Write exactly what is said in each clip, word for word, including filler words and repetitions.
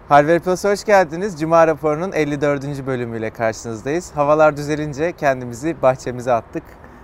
Harvard Plus'a hoş geldiniz. Cuma raporunun elli dördüncü bölümüyle karşınızdayız. Havalar düzelince kendimizi bahçemize attık.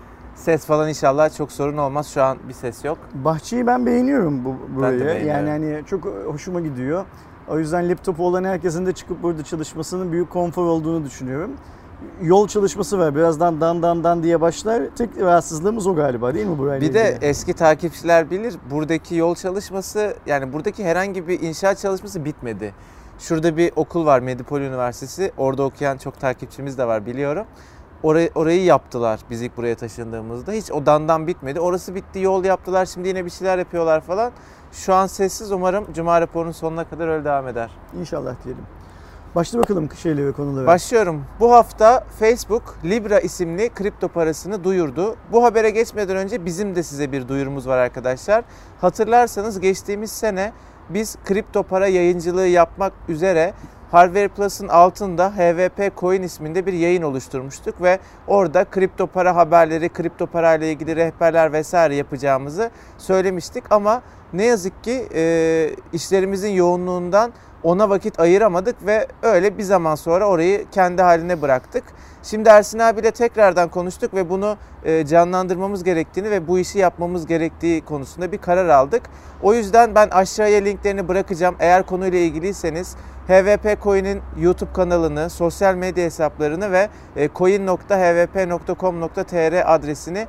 Ses falan inşallah çok sorun olmaz. Şu an bir ses yok. Bahçeyi ben beğeniyorum bu burayı. Ben yani hani çok hoşuma gidiyor. O yüzden laptopu olan herkesin de çıkıp burada çalışmasının büyük konfor olduğunu düşünüyorum. Yol çalışması var. Birazdan dan dan dan diye başlar. Tek rahatsızlığımız o galiba, değil mi burayla Bir de ilgili? eski takipçiler bilir. Buradaki yol çalışması, yani buradaki herhangi bir inşaat çalışması bitmedi. Şurada bir okul var, Medipol Üniversitesi. Orada okuyan çok takipçimiz de var, biliyorum. Orayı, orayı yaptılar biz ilk buraya taşındığımızda. Hiç o dandan bitmedi. Orası bitti, yol yaptılar. Şimdi yine bir şeyler yapıyorlar falan. Şu an sessiz. Umarım Cuma raporunun sonuna kadar öyle devam eder. İnşallah diyelim. Başla bakalım şeyle ve konulara. Başlıyorum. Bu hafta Facebook Libra isimli kripto parasını duyurdu. Bu habere geçmeden önce bizim de size bir duyurumuz var arkadaşlar. Hatırlarsanız geçtiğimiz sene biz kripto para yayıncılığı yapmak üzere Harvard Plus'ın altında H V P Coin isminde bir yayın oluşturmuştuk ve orada kripto para haberleri, kripto para ile ilgili rehberler vesaire yapacağımızı söylemiştik. Ama ne yazık ki e, işlerimizin yoğunluğundan ona vakit ayıramadık ve öyle bir zaman sonra orayı kendi haline bıraktık. Şimdi Ersin abiyle tekrardan konuştuk ve bunu canlandırmamız gerektiğini ve bu işi yapmamız gerektiği konusunda bir karar aldık. O yüzden ben aşağıya linklerini bırakacağım. Eğer konuyla ilgiliyseniz H V P Coin'in YouTube kanalını, sosyal medya hesaplarını ve coin nokta h v p nokta com nokta t r adresini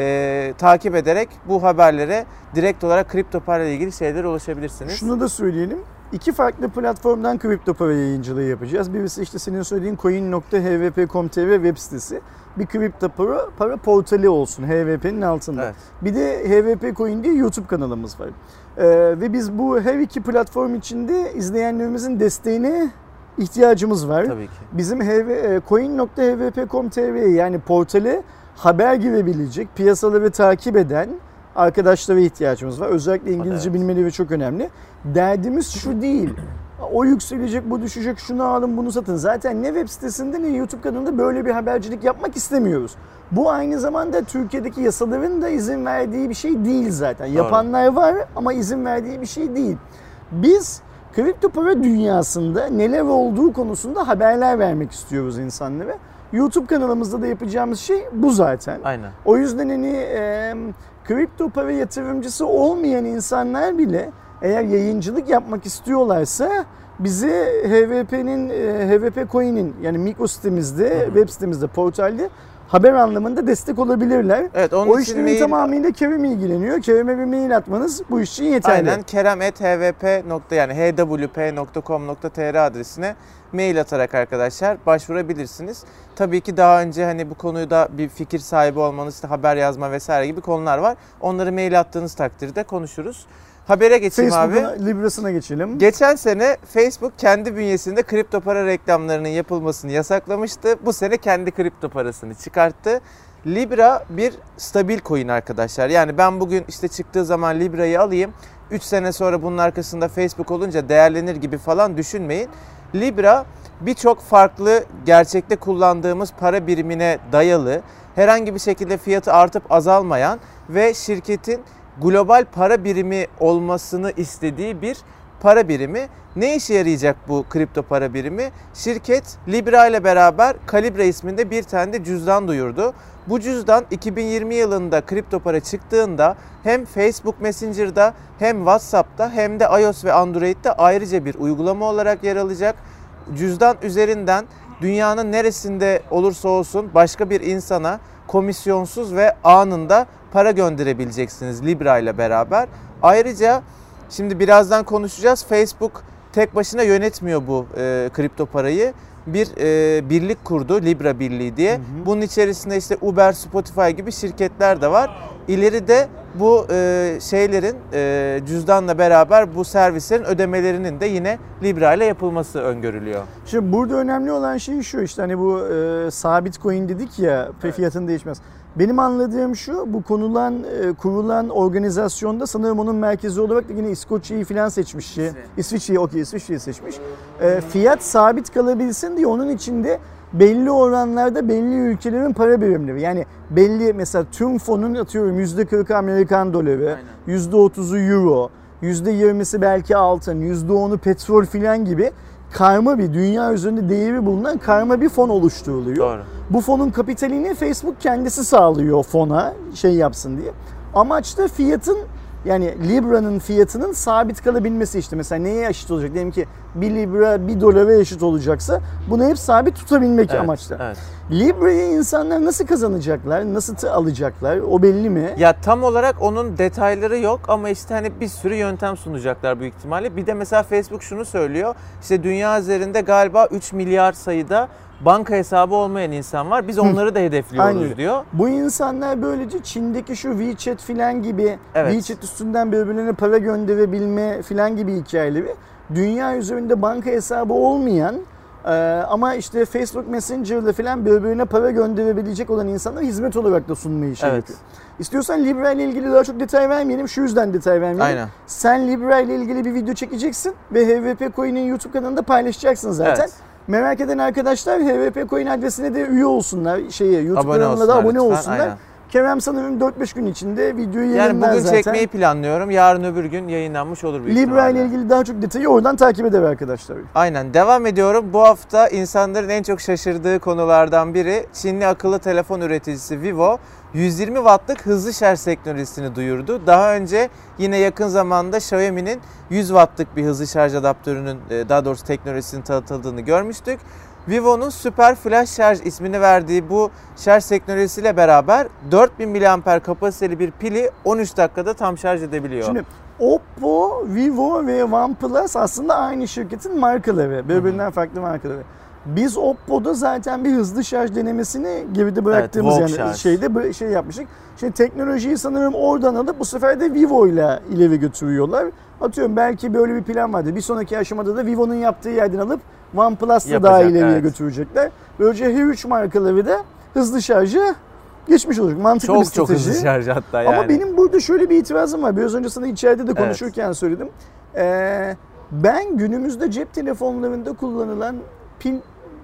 e, takip ederek bu haberlere direkt olarak kripto para ile ilgili şeylere ulaşabilirsiniz. Şunu da söyleyelim. İki farklı platformdan kripto para yayıncılığı yapacağız. Birisi işte senin söylediğin coin nokta h v p nokta com nokta t r web sitesi. Bir kripto para, para portali olsun H V P'nin altında. Evet. Bir de H V P Coin diye YouTube kanalımız var. Ee, ve biz bu her iki platform içinde izleyenlerimizin desteğine ihtiyacımız var. Tabii ki. Bizim coin nokta h v p nokta com nokta t r yani portale haber girebilecek, piyasaları takip eden arkadaşlara ihtiyacımız var. Özellikle İngilizce evet. bilmeleri çok önemli. Derdimiz şu değil. O yükselecek, bu düşecek, şunu alın, bunu satın. Zaten ne web sitesinde ne YouTube kanalında böyle bir habercilik yapmak istemiyoruz. Bu aynı zamanda Türkiye'deki yasaların da izin verdiği bir şey değil zaten. Doğru. Yapanlar var ama izin verdiği bir şey değil. Biz kripto para dünyasında neler olduğu konusunda haberler vermek istiyoruz insanlara. YouTube kanalımızda da yapacağımız şey bu zaten. Aynen. O yüzden hani e, kripto para yatırımcısı olmayan insanlar bile eğer yayıncılık yapmak istiyorlarsa bizi H V P'nin, H V P Coin'in yani mikro sitemizde, hı hı. web sitemizde, portalde haber anlamında destek olabilirler. Evet, onun o işlerin mail... tamamıyla Kerem ilgileniyor. Kerem'e bir mail atmanız bu iş için yeterli. Aynen, kerem at h v p yani h w p nokta com nokta t r adresine mail atarak arkadaşlar başvurabilirsiniz. Tabii ki daha önce hani bu konuda bir fikir sahibi olmanız, işte haber yazma vesaire gibi konular var. Onları mail attığınız takdirde konuşuruz. Habere geçeyim abi. Facebook'un Libra'sına geçelim. Geçen sene Facebook kendi bünyesinde kripto para reklamlarının yapılmasını yasaklamıştı. Bu sene kendi kripto parasını çıkarttı. Libra bir stabil coin arkadaşlar. Yani ben bugün işte çıktığı zaman Libra'yı alayım, üç sene sonra bunun arkasında Facebook olunca değerlenir gibi falan düşünmeyin. Libra birçok farklı gerçekte kullandığımız para birimine dayalı, herhangi bir şekilde fiyatı artıp azalmayan ve şirketin global para birimi olmasını istediği bir para birimi. Ne işe yarayacak bu kripto para birimi? Şirket Libra ile beraber Calibra isminde bir tane de cüzdan duyurdu. Bu cüzdan iki bin yirmi yılında kripto para çıktığında hem Facebook Messenger'da hem WhatsApp'ta hem de iOS ve Android'de ayrıca bir uygulama olarak yer alacak. Cüzdan üzerinden dünyanın neresinde olursa olsun başka bir insana komisyonsuz ve anında para gönderebileceksiniz Libra ile beraber. Ayrıca şimdi birazdan konuşacağız. Facebook tek başına yönetmiyor bu e, kripto parayı. Bir e, birlik kurdu, Libra Birliği diye. Hı hı. Bunun içerisinde işte Uber, Spotify gibi şirketler de var. İleride bu e, şeylerin e, cüzdanla beraber bu servislerin ödemelerinin de yine Libra ile yapılması öngörülüyor. Şimdi burada önemli olan şey şu, işte hani bu e, sabit coin dedik ya, evet. fiyatın değişmez. Benim anladığım şu, bu konulan, e, kurulan organizasyonda sanırım onun merkezi olarak da yine İskoçya'yı falan seçmiş. İsviçre'yi, okey İsviçre'yi seçmiş. E, fiyat sabit kalabilsin diye onun içinde belli oranlarda belli ülkelerin para birimleri. Yani belli, mesela tüm fonun atıyorum yüzde kırkı Amerikan doları, yüzde otuzu Euro, yüzde yirmisi belki altın, yüzde onu petrol filan gibi karma bir, dünya üzerinde değeri bulunan karma bir fon oluşturuluyor. Doğru. Bu fonun kapitalini Facebook kendisi sağlıyor fona şey yapsın diye. Amaç da fiyatın, yani Libra'nın fiyatının sabit kalabilmesi işte. Mesela neye eşit olacak? Diyelim ki bir Libra bir dolara eşit olacaksa bunu hep sabit tutabilmek evet, amaçla. Evet. Libra'yı insanlar nasıl kazanacaklar? Nasıl alacaklar? O belli mi? Ya tam olarak onun detayları yok ama işte hani bir sürü yöntem sunacaklar büyük ihtimalle. Bir de mesela Facebook şunu söylüyor. İşte dünya üzerinde galiba üç milyar sayıda banka hesabı olmayan insan var. Biz onları da hedefliyoruz Aynen. diyor. Bu insanlar böylece Çin'deki şu WeChat filan gibi, evet. WeChat üstünden birbirlerine para gönderebilme filan gibi hikayeleri dünya üzerinde banka hesabı olmayan ama işte Facebook Messenger'la filan birbirine para gönderebilecek olan insanlara hizmet olarak da sunmayı şey evet. yapıyor. İstiyorsan Libra ile ilgili daha çok detay vermeyelim. Şu yüzden detay vermeyelim. Aynen. Sen Libra ile ilgili bir video çekeceksin ve H V P Coin'in YouTube kanalında paylaşacaksın zaten. Evet. Merak eden arkadaşlar H V P Coin adresine de üye olsunlar. Şeye, YouTube abone kanalına da abone lütfen. olsunlar. Aynen. Kerem sanırım dört beş gün içinde videoyu yayınlar zaten. Yani bugün zaten. çekmeyi planlıyorum. Yarın öbür gün yayınlanmış olur büyük Libra ihtimalle. ile ilgili daha çok detayı oradan takip eder arkadaşlar. Aynen. Devam ediyorum. Bu hafta insanların en çok şaşırdığı konulardan biri Çinli akıllı telefon üreticisi Vivo yüz yirmi wattlık hızlı şarj teknolojisini duyurdu. Daha önce yine yakın zamanda Xiaomi'nin yüz wattlık bir hızlı şarj adaptörünün, daha doğrusu teknolojisinin tanıtıldığını görmüştük. Vivo'nun Super Flash Şarj ismini verdiği bu şarj teknolojisiyle beraber dört bin miliamper kapasiteli bir pili on üç dakikada tam şarj edebiliyor. Şimdi Oppo, Vivo ve OnePlus aslında aynı şirketin markaları. Birbirinden Hı-hı. farklı markaları. Biz Oppo'da zaten bir hızlı şarj denemesini geride bıraktığımız evet, yani şeyde şey yapmıştık. Şimdi teknolojiyi sanırım oradan alıp bu sefer de Vivo ile ileri götürüyorlar. Atıyorum belki böyle bir plan vardı. Bir sonraki aşamada da Vivo'nun yaptığı yerden alıp OnePlus'la daha ileriye evet. götürecekler. Böylece her üç markaları da hızlı şarjı geçmiş olacak. Mantıklı çok, bir strateji. Çok hızlı şarj hatta yani. Ama benim burada şöyle bir itirazım var. Biraz önce sana içeride de konuşurken evet. söyledim. Ee, ben günümüzde cep telefonlarında kullanılan pil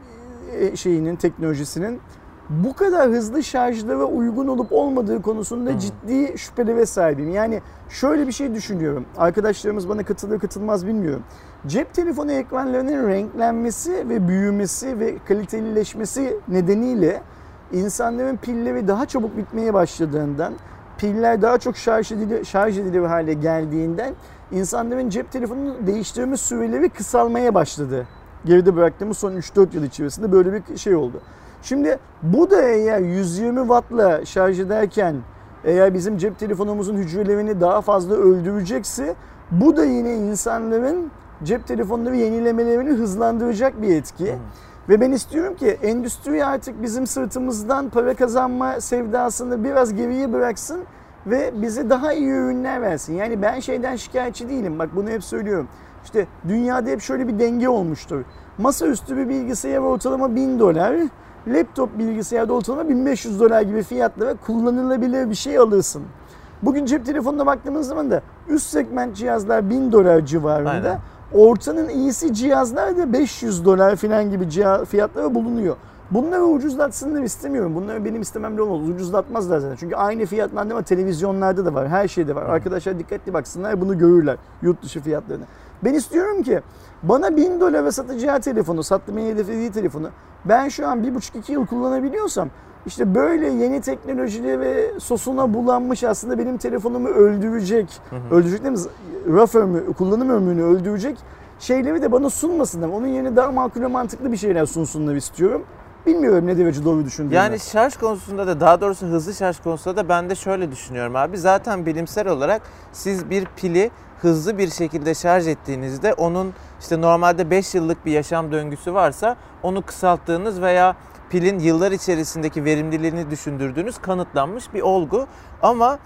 şeyinin, teknolojisinin bu kadar hızlı şarjlara uygun olup olmadığı konusunda hmm. ciddi şüphelere sahibim. Yani şöyle bir şey düşünüyorum. Arkadaşlarımız bana katılır katılmaz bilmiyorum. Cep telefonu ekranlarının renklenmesi ve büyümesi ve kalitelileşmesi nedeniyle insanların pilleri daha çabuk bitmeye başladığından, piller daha çok şarj edilir, şarj edilir hale geldiğinden insanların cep telefonunu değiştirme süreleri kısalmaya başladı. Geride bıraktığımız son üç dört yıl içerisinde böyle bir şey oldu. Şimdi bu da eğer yüz yirmi wattla şarj ederken eğer bizim cep telefonumuzun hücrelerini daha fazla öldürecekse bu da yine insanların cep telefonları yenilemelerini hızlandıracak bir etki. Hmm. Ve ben istiyorum ki endüstri artık bizim sırtımızdan para kazanma sevdasını biraz geriye bıraksın ve bize daha iyi ürünler versin. Yani ben şeyden şikayetçi değilim. Bak bunu hep söylüyorum. İşte dünyada hep şöyle bir denge olmuştur. Masaüstü bir bilgisayar ortalama bin dolar, laptop bilgisayarda ortalama bin beş yüz dolar gibi fiyatlara kullanılabilir bir şey alırsın. Bugün cep telefonuna baktığımız zaman da üst segment cihazlar bin dolar civarında. Aynen. Ortanın iyisi cihazlar da beş yüz dolar falan gibi fiyatlara bulunuyor. Bunları ucuzlatsınlar istemiyorum. Bunları benim istememle olmaz. Ucuzlatmazlar zaten. Çünkü aynı fiyatlandırma televizyonlarda da var. Her şeyde var. Arkadaşlar dikkatli baksınlar bunu görürler. Yurt dışı fiyatlarını. Ben istiyorum ki bana bin dolara satacağı telefonu, sattırmayı hedeflediği telefonu ben şu an bir buçuk iki yıl kullanabiliyorsam işte böyle yeni teknolojileri ve sosuna bulanmış aslında benim telefonumu öldürecek, hı hı. öldürecek değil mi? Raf ömrü, kullanım ömrünü öldürecek şeyleri de bana sunmasınlar. Onun yerine daha makul ve mantıklı bir şeyler sunsunlar istiyorum. Bilmiyorum ne derece doğru düşündüğümü. Yani şarj konusunda da daha doğrusu hızlı şarj konusunda da ben de şöyle düşünüyorum abi. Zaten bilimsel olarak siz bir pili hızlı bir şekilde şarj ettiğinizde onun işte normalde beş yıllık bir yaşam döngüsü varsa onu kısalttığınız veya pilin yıllar içerisindeki verimliliğini düşündürdüğünüz kanıtlanmış bir olgu. Ama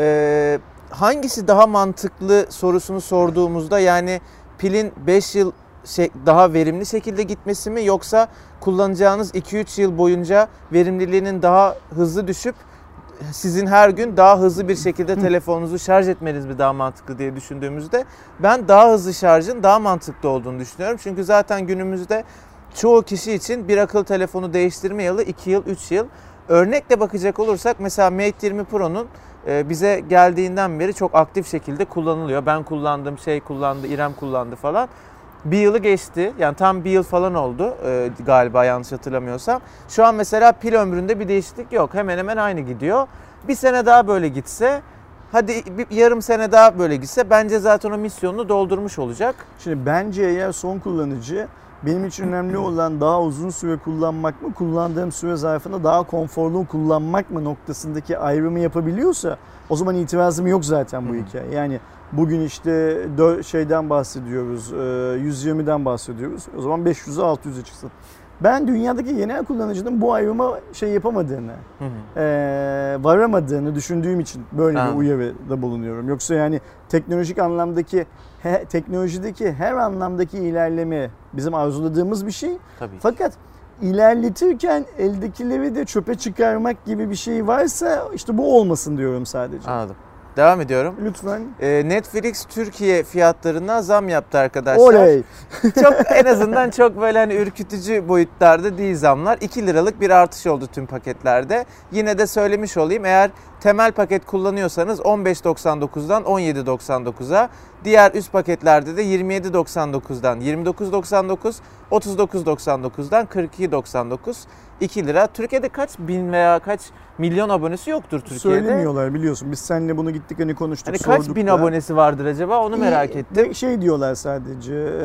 e, hangisi daha mantıklı sorusunu sorduğumuzda yani pilin beş yıl şey, daha verimli şekilde gitmesi mi yoksa kullanacağınız iki üç yıl boyunca verimliliğinin daha hızlı düşüp sizin her gün daha hızlı bir şekilde telefonunuzu şarj etmeniz mi daha mantıklı diye düşündüğümüzde ben daha hızlı şarjın daha mantıklı olduğunu düşünüyorum. Çünkü zaten günümüzde çoğu kişi için bir akıllı telefonu değiştirme yılı iki yıl üç yıl. Örnekle bakacak olursak mesela Mate yirmi Pro'nun e, bize geldiğinden beri çok aktif şekilde kullanılıyor. Ben kullandım, şey kullandı, İrem kullandı falan. Bir yılı geçti. Yani tam bir yıl falan oldu e, galiba yanlış hatırlamıyorsam. Şu an mesela pil ömründe bir değişiklik yok. Hemen hemen aynı gidiyor. Bir sene daha böyle gitse, hadi bir yarım sene daha böyle gitse bence zaten o misyonunu doldurmuş olacak. Şimdi bence eğer son kullanıcı benim için önemli olan daha uzun süre kullanmak mı, kullandığım süre zarfında daha konforlu kullanmak mı noktasındaki ayrımı yapabiliyorsa o zaman itirazım yok zaten bu hikaye. Yani bugün işte şeyden bahsediyoruz, yüz yirmiden bahsediyoruz. O zaman beş yüze altı yüze çıksın. Ben dünyadaki genel kullanıcının bu ayrıma şey yapamadığını, hı hı. E, varamadığını düşündüğüm için böyle ha. bir uyarıda bulunuyorum. Yoksa yani teknolojik anlamdaki, he, teknolojideki her anlamdaki ilerleme bizim arzuladığımız bir şey. Tabii. Fakat ilerletirken eldekileri de çöpe çıkarmak gibi bir şey varsa işte bu olmasın diyorum sadece. Anladım. Devam ediyorum. Lütfen. Ee, Netflix Türkiye fiyatlarına zam yaptı arkadaşlar. Oley. Çok en azından çok böyle hani ürkütücü boyutlarda değil zamlar. iki liralık bir artış oldu tüm paketlerde. Yine de söylemiş olayım, eğer temel paket kullanıyorsanız on beş doksan dokuzdan on yedi doksan dokuza, diğer üst paketlerde de yirmi yedi doksan dokuzdan yirmi dokuz doksan dokuz, otuz dokuz doksan dokuzdan kırk iki doksan dokuz. iki lira. Türkiye'de kaç bin veya kaç milyon abonesi yoktur Türkiye'de? Söylemiyorlar biliyorsun. Biz seninle bunu gittik hani konuştuk, hani sorduk. Kaç bin da. abonesi vardır acaba? Onu merak İyi, ettim. Şey diyorlar sadece. E,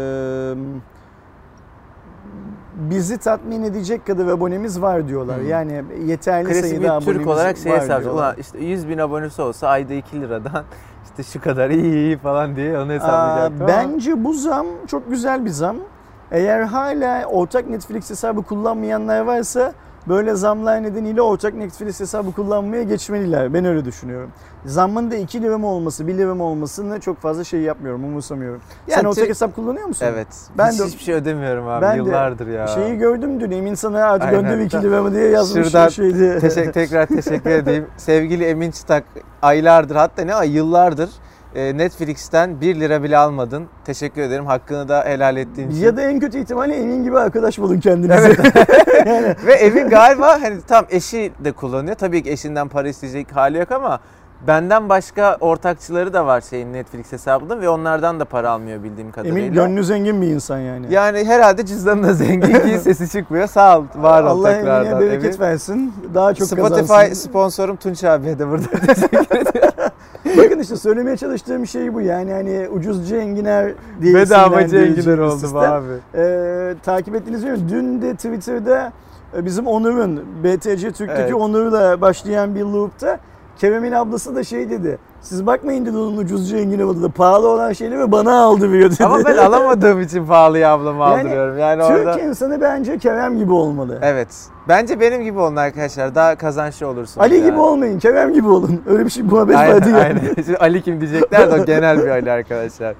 bizi tatmin edecek kadar abonemiz var diyorlar. Hmm. Yani yeterli Klasik sayıda abonemiz var. Türk olarak şey hesaplayacak. Ulan işte yüz bin abonesi olsa ayda iki liradan işte şu kadar iyi iyi falan diye onu hesaplayacaktım. Aa, bence bu zam çok güzel bir zam. Eğer hala ortak Netflix hesabı kullanmayanlar varsa böyle zamlar nedeniyle ortak Netflix hesabı kullanmaya geçmeliler. Ben öyle düşünüyorum. Zammın da iki lira mı olması, bir lira mı olmasını çok fazla şey yapmıyorum, umursamıyorum. Yani Sen ortak te- hesap kullanıyor musun? Evet. Ben Hiç de, hiçbir şey ödemiyorum abi. Ben yıllardır ya. Şeyi gördüm dün, Emin sana artık gönder iki lira mı diye yazmış. Şuradan şeydi. Teşekkür, tekrar teşekkür edeyim. Sevgili Emin Çıtak, aylardır, hatta ne ay yıllardır Netflix'ten bir lira bile almadın. Teşekkür ederim. Hakkını da helal ettiğin için. Ya da en kötü ihtimalle Emin gibi arkadaş bulun kendinize. Evet. yani. Ve Emin galiba hani tam eşi de kullanıyor. Tabii ki eşinden para isteyecek hali yok ama benden başka ortakçıları da var şeyin Netflix hesabında ve onlardan da para almıyor bildiğim kadarıyla. Emin gönlü zengin bir insan yani. Yani herhalde cüzdanı da zengin ki sesi çıkmıyor. Sağ ol, var ol Allah tekrardan. Allah Emin'e bereket Emin. versin. Daha çok Spotify kazansın. Spotify sponsorum Tunç abiye de burada teşekkür ediyorum. Bakın işte söylemeye çalıştığım şey bu. Yani hani ucuzcu enginar diye bedavacı enginar oldu bu abi. Ee, takip ettiğiniz gibi dün de Twitter'da bizim Onur'un B T C Türk'teki evet. Onur'la başlayan bir loop'ta Kerem'in ablası da şey dedi. Siz bakmayın dedi onun ucuzcu enginar oldu. Pahalı olan şeyleri bana aldırıyor dedi. Ama ben alamadığım için pahalıya ablama yani, aldırıyorum. Yani Türk orada... insanı bence Kerem gibi olmalı. Evet. Bence benim gibi olun arkadaşlar. Daha kazançlı olursunuz. Ali yani. gibi olmayın. Kerem gibi olun. Öyle bir şey muhabbet aynen, vardı yani. Aynen. Şimdi Ali kim diyecekler de o genel bir Ali arkadaşlar.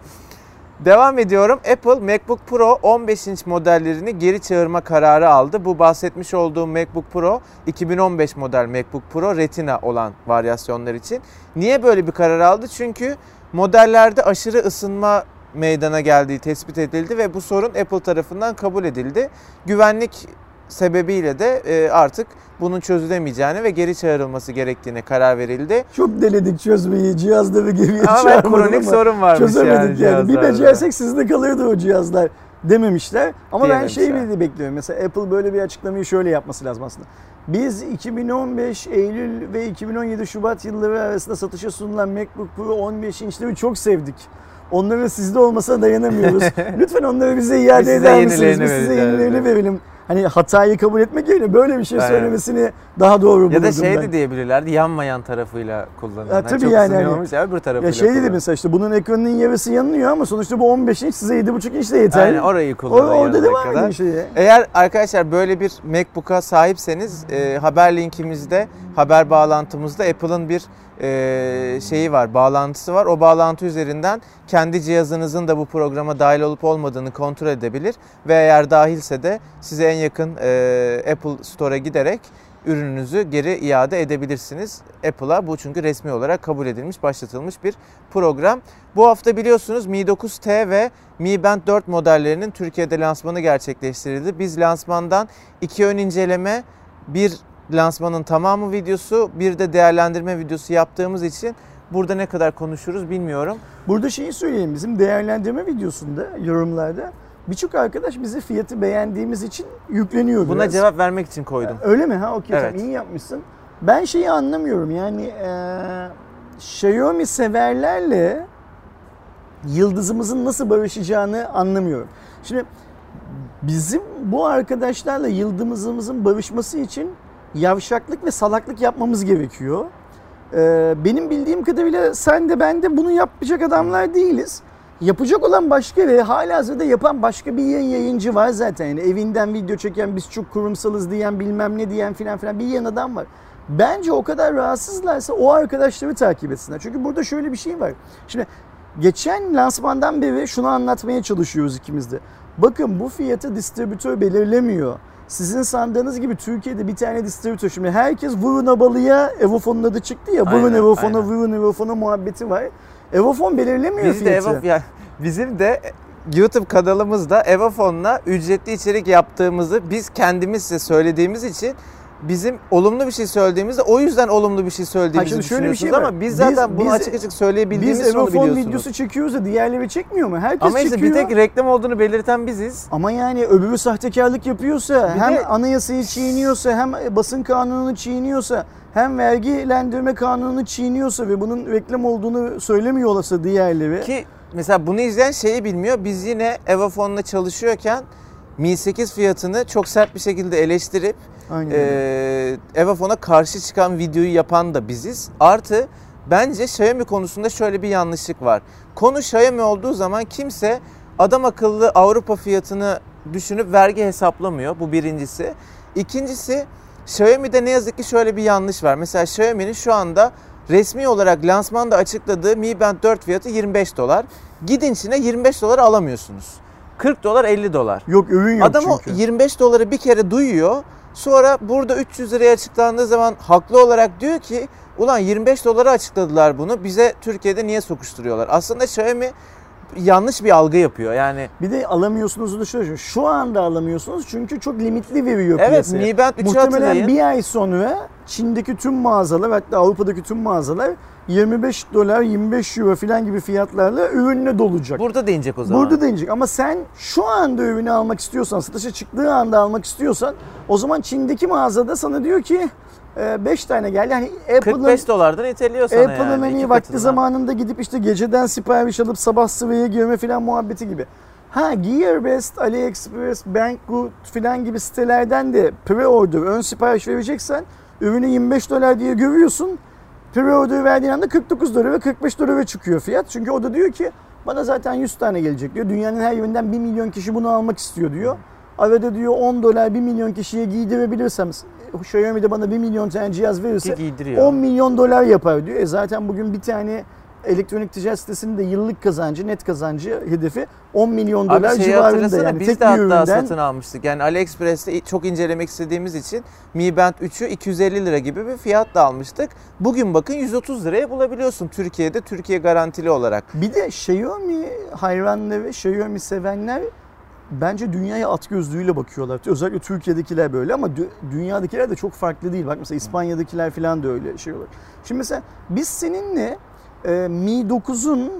Devam ediyorum. Apple MacBook Pro on beş inç modellerini geri çağırma kararı aldı. Bu bahsetmiş olduğum MacBook Pro iki bin on beş model MacBook Pro Retina olan varyasyonlar için. Niye böyle bir karar aldı? Çünkü modellerde aşırı ısınma meydana geldiği tespit edildi ve bu sorun Apple tarafından kabul edildi. Güvenlik sebebiyle de artık bunun çözülemeyeceğini ve geri çağrılması gerektiğine karar verildi. Çok denedik çözmeyi, cihazları geriye çağırmadık ama kronik sorun varmış çözemedik yani. yani. Bir becersek sizde kalıyordu o cihazlar dememişler. Ama ben şeyi yani. bekliyorum. Mesela Apple böyle bir açıklamayı şöyle yapması lazım aslında. Biz iki bin on beş Eylül ve iki bin on yedi Şubat yılları arasında satışa sunulan MacBook Pro on beş inçleri çok sevdik. Onları sizde olmasa dayanamıyoruz. Lütfen onları bize iade eder misiniz? Biz size yenilerini verelim. Hani hatayı kabul etmek yerine böyle bir şey Aynen. söylemesini daha doğru buldum ben. Ya da şey de diyebilirlerdi, yanmayan tarafıyla kullanın. Ya, tabii yani. yani ya öbür tarafıyla Ya şey dedi mesela işte bunun ekranının yarısı yanıyor ama sonuçta bu on beş inç size yedi buçuk inç de yeter. Aynen orayı kullanın. Or- orada devam edin şeye. Eğer arkadaşlar böyle bir MacBook'a sahipseniz e, haber linkimizde, haber bağlantımızda Apple'ın bir e, şeyi var, bağlantısı var. O bağlantı üzerinden kendi cihazınızın da bu programa dahil olup olmadığını kontrol edebilir ve eğer dahilse de size en yakın e, Apple Store'a giderek ürününüzü geri iade edebilirsiniz. Apple'a bu çünkü resmi olarak kabul edilmiş, başlatılmış bir program. Bu hafta biliyorsunuz Mi dokuz T ve Mi Band dört modellerinin Türkiye'de lansmanı gerçekleştirildi. Biz lansmandan iki ön inceleme, bir lansmanın tamamı videosu, bir de değerlendirme videosu yaptığımız için burada ne kadar konuşuruz bilmiyorum. Burada şeyi söyleyeyim, bizim değerlendirme videosunda, yorumlarda birçok arkadaş bize fiyatı beğendiğimiz için yükleniyor Buna biraz. cevap vermek için koydum. Öyle mi? Ha okey, Evet. tamam, iyi yapmışsın. Ben şeyi anlamıyorum yani e, Xiaomi severlerle yıldızımızın nasıl barışacağını anlamıyorum. Şimdi bizim bu arkadaşlarla yıldızımızın barışması için yavşaklık ve salaklık yapmamız gerekiyor. Ee, benim bildiğim kadarıyla sen de ben de bunu yapacak adamlar değiliz. Yapacak olan başka ve halihazırda yapan başka bir yayın yayıncı var zaten. Yani evinden video çeken, biz çok kurumsalız diyen, bilmem ne diyen filan filan bir yayın adam var. Bence o kadar rahatsızlarsa o arkadaşları takip etsinler. Çünkü burada şöyle bir şey var. Şimdi geçen lansmandan beri şunu anlatmaya çalışıyoruz ikimiz de. Bakın bu fiyatı distribütör belirlemiyor. Sizin sandığınız gibi Türkiye'de bir tane distribütör. Şimdi herkes vurun abalıya Evofon'un adı çıktı ya. Vurun Evofon'a, vurun Evofon'a muhabbeti var. Evofon belirlemiyor Biz fiyatı. de Evof, yani bizim de YouTube kanalımızda Evofon'la ücretli içerik yaptığımızı biz kendimiz size söylediğimiz için bizim olumlu bir şey söylediğimizde o yüzden olumlu bir şey söylediğimizi Ha, şöyle bir düşünüyorsunuz şey var. ama biz zaten Biz- bunu biz- açık açık söyleyebildiğimiz Biz için onu Evofon biliyorsunuz. videosu çekiyoruz da diğerleri çekmiyor mu? Herkes Ama işte çekiyor. bir tek reklam olduğunu belirten biziz. Ama yani öbürü sahtekarlık yapıyorsa, Bir hem de- anayasayı çiğniyorsa, hem basın kanununu çiğniyorsa, hem vergilendirme kanununu çiğniyorsa ve bunun reklam olduğunu söylemiyor olasa diğerleri. Ki mesela bunu izleyen şeyi bilmiyor. Biz yine Evofon'la çalışıyorken Mi sekiz fiyatını çok sert bir şekilde eleştirip Aynen. e, Evofon'a karşı çıkan videoyu yapan da biziz. Artı bence Xiaomi konusunda şöyle bir yanlışlık var. Konu Xiaomi olduğu zaman kimse adam akıllı Avrupa fiyatını düşünüp vergi hesaplamıyor. Bu birincisi. İkincisi, Xiaomi'de ne yazık ki şöyle bir yanlış var. Mesela Xiaomi'nin şu anda resmi olarak lansmanda açıkladığı Mi Band dört fiyatı yirmi beş dolar. Gidin Çin'e yirmi beş dolar alamıyorsunuz. kırk dolar, elli dolar. Yok, ürün yok Adam çünkü. o yirmi beş doları bir kere duyuyor. Sonra burada üç yüz liraya açıklandığı zaman haklı olarak diyor ki ulan yirmi beş dolara açıkladılar bunu. Bize Türkiye'de niye sokuşturuyorlar? Aslında Xiaomi yanlış bir algı yapıyor. Yani Bir de alamıyorsunuz da şöyle. Şu anda alamıyorsunuz çünkü çok limitli veriyor evet, piyasaya. Mi Band üçü Muhtemelen hatırlayın. bir ay sonra Çin'deki tüm mağazalar, hatta Avrupa'daki tüm mağazalar yirmi beş dolar, yirmi beş euro falan gibi fiyatlarla ürünle dolacak. Burada da inecek o zaman. Burada da inecek ama sen şu anda ürünü almak istiyorsan, satışa çıktığı anda almak istiyorsan o zaman Çin'deki mağazada sana diyor ki beş tane geldi. Yani kırk Apple'ın beş dolardan iteliyor sana Apple'ın yani. hani iki vakti katından. zamanında gidip işte geceden sipariş alıp sabah sıraya girme falan muhabbeti gibi. Ha, Gearbest, AliExpress, Banggood falan gibi sitelerden de pre-order, ön sipariş vereceksen ürünü yirmi beş dolar diye görüyorsun. Pre-order verdiğin anda kırk dokuz dolar ve kırk beş dolara çıkıyor fiyat. Çünkü o da diyor ki bana zaten yüz tane gelecek diyor. Dünyanın her yerinden bir milyon kişi bunu almak istiyor diyor. Arada diyor on dolar bir milyon kişiye giydirebilirsem, Xiaomi de bana bir milyon tane cihaz verirse Ki giydiriyor. on milyon dolar yapar diyor. E zaten bugün bir tane elektronik ticaret sitesinin de yıllık kazancı, net kazancı hedefi on milyon dolar Abi şeyi civarında. hatırlasana, Yani biz tek de bir hatta üründen satın almıştık. Yani AliExpress'te çok incelemek istediğimiz için Mi Band üçü iki yüz elli lira gibi bir fiyatla almıştık. Bugün bakın yüz otuz liraya bulabiliyorsun Türkiye'de, Türkiye garantili olarak. bir de Xiaomi hayranları, Xiaomi sevenler bence dünyaya at gözlüğüyle bakıyorlar. Özellikle Türkiye'dekiler böyle ama dü- dünyadakiler de çok farklı değil. Bak mesela İspanya'dakiler falan da öyle şey olur. Şimdi mesela biz seninle e, Mi dokuzun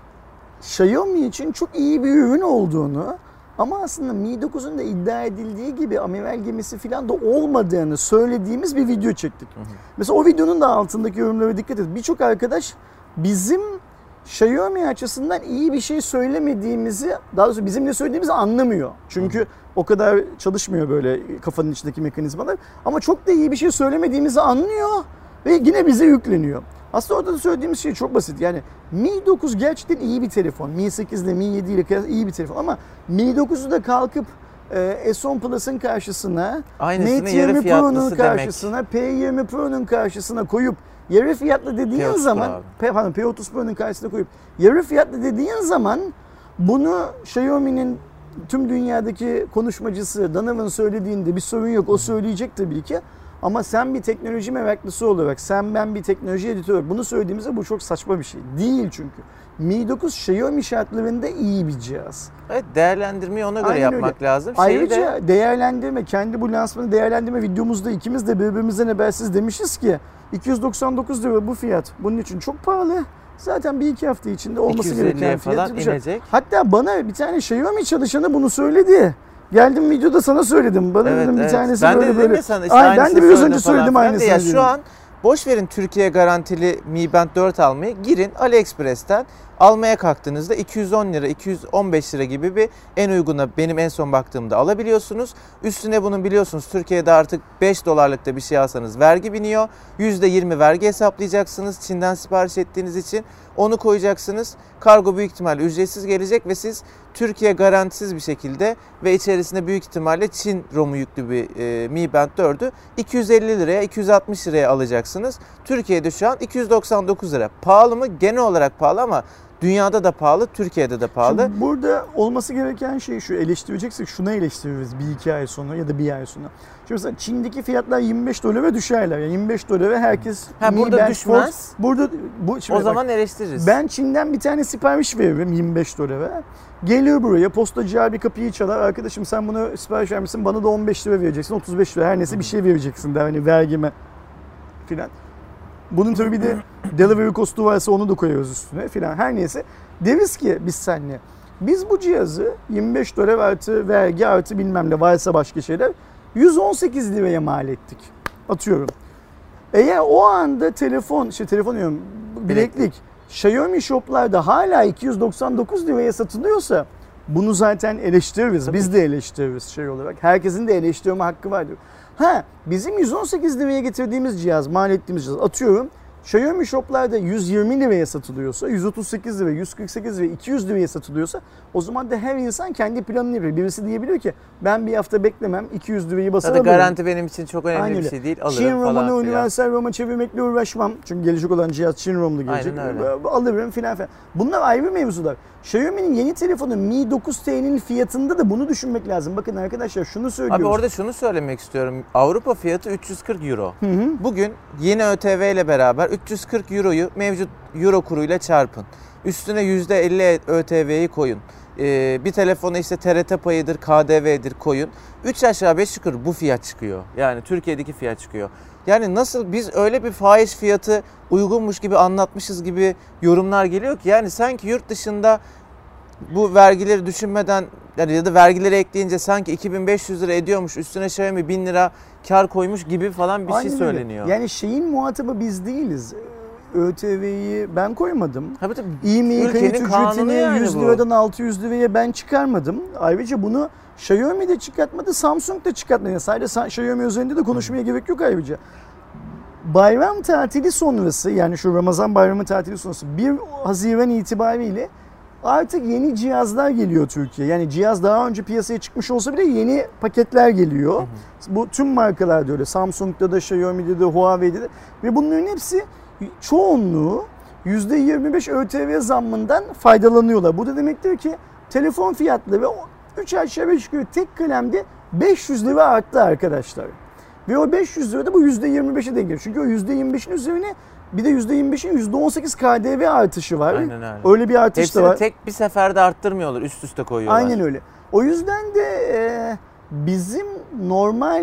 Xiaomi için çok iyi bir ürün olduğunu ama aslında Mi dokuzun da iddia edildiği gibi amiral gemisi falan da olmadığını söylediğimiz bir video çektik. Hı hı. Mesela o videonun da altındaki yorumlara dikkat et. Birçok arkadaş bizim Xiaomi açısından iyi bir şey söylemediğimizi, daha doğrusu bizim ne söylediğimizi anlamıyor. Çünkü hı hı. o kadar çalışmıyor böyle kafanın içindeki mekanizmalar. Ama çok da iyi bir şey söylemediğimizi anlıyor ve yine bize yükleniyor. Aslında orada da söylediğimiz şey çok basit. Yani Mi dokuz gerçekten iyi bir telefon. Mi sekiz ile Mi yedi ile kıyasla iyi bir telefon. Ama Mi dokuzu da kalkıp e, S on Plus'ın karşısına, aynısını Mate yarı yirmi Pro'nun fiyatlısı karşısına, demek. P yirmi Pro'nun karşısına koyup yarı fiyatlı dediğin P otuz zaman, P, pardon, P otuz Pro'nun karşısına koyup yarı fiyatlı dediğin zaman bunu Xiaomi'nin tüm dünyadaki konuşmacısı Donovan söylediğinde bir sorun yok. O söyleyecek tabii ki. Ama sen bir teknoloji meraklısı olarak, sen ben bir teknoloji editörü olarak bunu söylediğimizde bu çok saçma bir şey. Değil çünkü. Mi dokuz Xiaomi şartlarında iyi bir cihaz. Evet, değerlendirmeyi ona göre Aynen yapmak öyle. lazım. Şeyi Ayrıca de... değerlendirme, kendi bu lansmanı değerlendirme videomuzda ikimiz de birbirimizden habersiz demişiz ki iki yüz doksan dokuz lira bu fiyat. Bunun için çok pahalı. Zaten bir iki hafta içinde olması gereken fiyat falan çıkacak. inecek. Hatta bana bir tane Xiaomi çalışanı bunu söyledi. Geldim videoda sana söyledim. Bana Evet, dedim bir evet. tanesi Ben de böyle dedim böyle. ya sana işte Ay, ben de biraz önce falan söyledim filan aynısını. diye. Ya dedim. şu an boş verin Türkiye garantili Mi Band dört almayı. Girin AliExpress'ten almaya kalktığınızda iki yüz on lira, iki yüz on beş lira gibi bir en uyguna benim en son baktığımda alabiliyorsunuz. Üstüne bunun biliyorsunuz Türkiye'de artık beş dolarlıkta bir şey alsanız vergi biniyor. yüzde yirmi vergi hesaplayacaksınız Çin'den sipariş ettiğiniz için. Onu koyacaksınız. Kargo büyük ihtimalle ücretsiz gelecek ve siz Türkiye garantisiz bir şekilde ve içerisinde büyük ihtimalle Çin ROM'u yüklü bir e, Mi Band dördü iki yüz elli liraya, iki yüz altmış liraya alacaksınız. Türkiye'de şu an iki yüz doksan dokuz lira. Pahalı mı? Genel olarak pahalı ama dünyada da pahalı, Türkiye'de de pahalı. Şimdi burada olması gereken şey şu, eleştireceksek şuna eleştiririz bir iki ay sonra ya da bir ay sonra. Şimdi mesela Çin'deki fiyatlar yirmi beş dolara düşerler. Yani yirmi beş dolara herkes ha, Mi burada Band düşmez. Fold, burada bu şimdi o zaman bak, eleştiririz. Ben Çin'den bir tane sipariş veririm yirmi beş dolara. Geliyor buraya, postacı abi kapıyı çalar. Arkadaşım sen bunu sipariş vermişsin, bana da on beş lira vereceksin, otuz beş lira her neyse bir şey vereceksin der hani vergime filan. Bunun tabii bir de delivery cost'u varsa onu da koyuyoruz üstüne filan. Her neyse deriz ki biz seninle. Biz bu cihazı yirmi beş dolar artı vergi artı bilmem ne varsa başka şeyler yüz on sekiz liraya mal ettik. Atıyorum. Eğer o anda telefon, işte telefon diyorum bileklik Xiaomi shoplarda hala iki yüz doksan dokuz liraya satılıyorsa bunu zaten eleştiririz. Tabii. Biz de eleştiririz şey olarak. Herkesin de eleştirme hakkı vardır. Ha, bizim yüz on sekiz liraya getirdiğimiz cihaz, mal ettiğimiz cihaz atıyorum. Xiaomi shoplarda yüz yirmi liraya satılıyorsa, yüz otuz sekiz lira, yüz kırk sekiz lira, iki yüz liraya satılıyorsa o zaman da her insan kendi planını yapıyor. Birisi diyebiliyor ki ben bir hafta beklemem, iki yüz lirayı basar alırım. Garanti benim için çok önemli Aynen bir öyle. şey değil. Alırım Çin falan ROM'unu filan. universal ROM'a çevirmekle uğraşmam. Çünkü gelecek olan cihaz Çin ROM'lu gelecek. Aynen öyle. Alırım filan filan. Bunlar ayrı mevzular. Xiaomi'nin yeni telefonu Mi dokuz T'nin fiyatında da bunu düşünmek lazım. Bakın arkadaşlar şunu söylüyoruz. Abi orada şunu söylemek istiyorum. Avrupa fiyatı üç yüz kırk euro. Hı hı. Bugün yeni ÖTV ile beraber üç yüz kırk euroyu mevcut euro kuruyla çarpın. Üstüne yüzde elli ÖTV'yi koyun. Ee, bir telefona işte T R T payıdır, K D V'dir koyun. üç aşağı beş yukarı bu fiyat çıkıyor. Yani Türkiye'deki fiyat çıkıyor. Yani nasıl biz öyle bir fahiş fiyatı uygunmuş gibi anlatmışız gibi yorumlar geliyor ki yani sanki yurt dışında bu vergileri düşünmeden yani ya da vergileri ekleyince sanki iki bin beş yüz lira ediyormuş üstüne Xiaomi bin lira kar koymuş gibi falan bir Aynen şey söyleniyor. Öyle. Yani şeyin muhatabı biz değiliz. ÖTV'yi ben koymadım. Tabii tabii. İ-mail kayıt ücretini yani yüz liradan altı yüz liraya ben çıkarmadım. Ayrıca bunu Xiaomi de çıkartmadı, Samsung da çıkartmadı. Yani sadece Xiaomi üzerinde de konuşmaya gerek yok ayrıca. Bayram tatili sonrası yani şu Ramazan bayramı tatili sonrası bir Haziran itibariyle artık yeni cihazlar geliyor Türkiye'ye. Yani cihaz daha önce piyasaya çıkmış olsa bile yeni paketler geliyor. Hı hı. Bu tüm markalarda öyle. Samsung'da da, Xiaomi'de de, Huawei'de de. Ve bunların hepsi çoğunluğu yüzde yirmi beş ÖTV zammından faydalanıyorlar. Bu da demektir ki telefon fiyatları üç aşağı beş yukarı tek kalemde beş yüz lira arttı arkadaşlar. Ve o beş yüz lira da bu yüzde yirmi beşe denk geliyor. Çünkü o yüzde yirmi beşin üzerine bir de yüzde yirmi beşin yüzde on sekiz K D V artışı var. Aynen öyle. Öyle bir artış Hepsini da var. tek bir seferde arttırmıyorlar. Üst üste koyuyorlar. Aynen öyle. O yüzden de e, bizim normal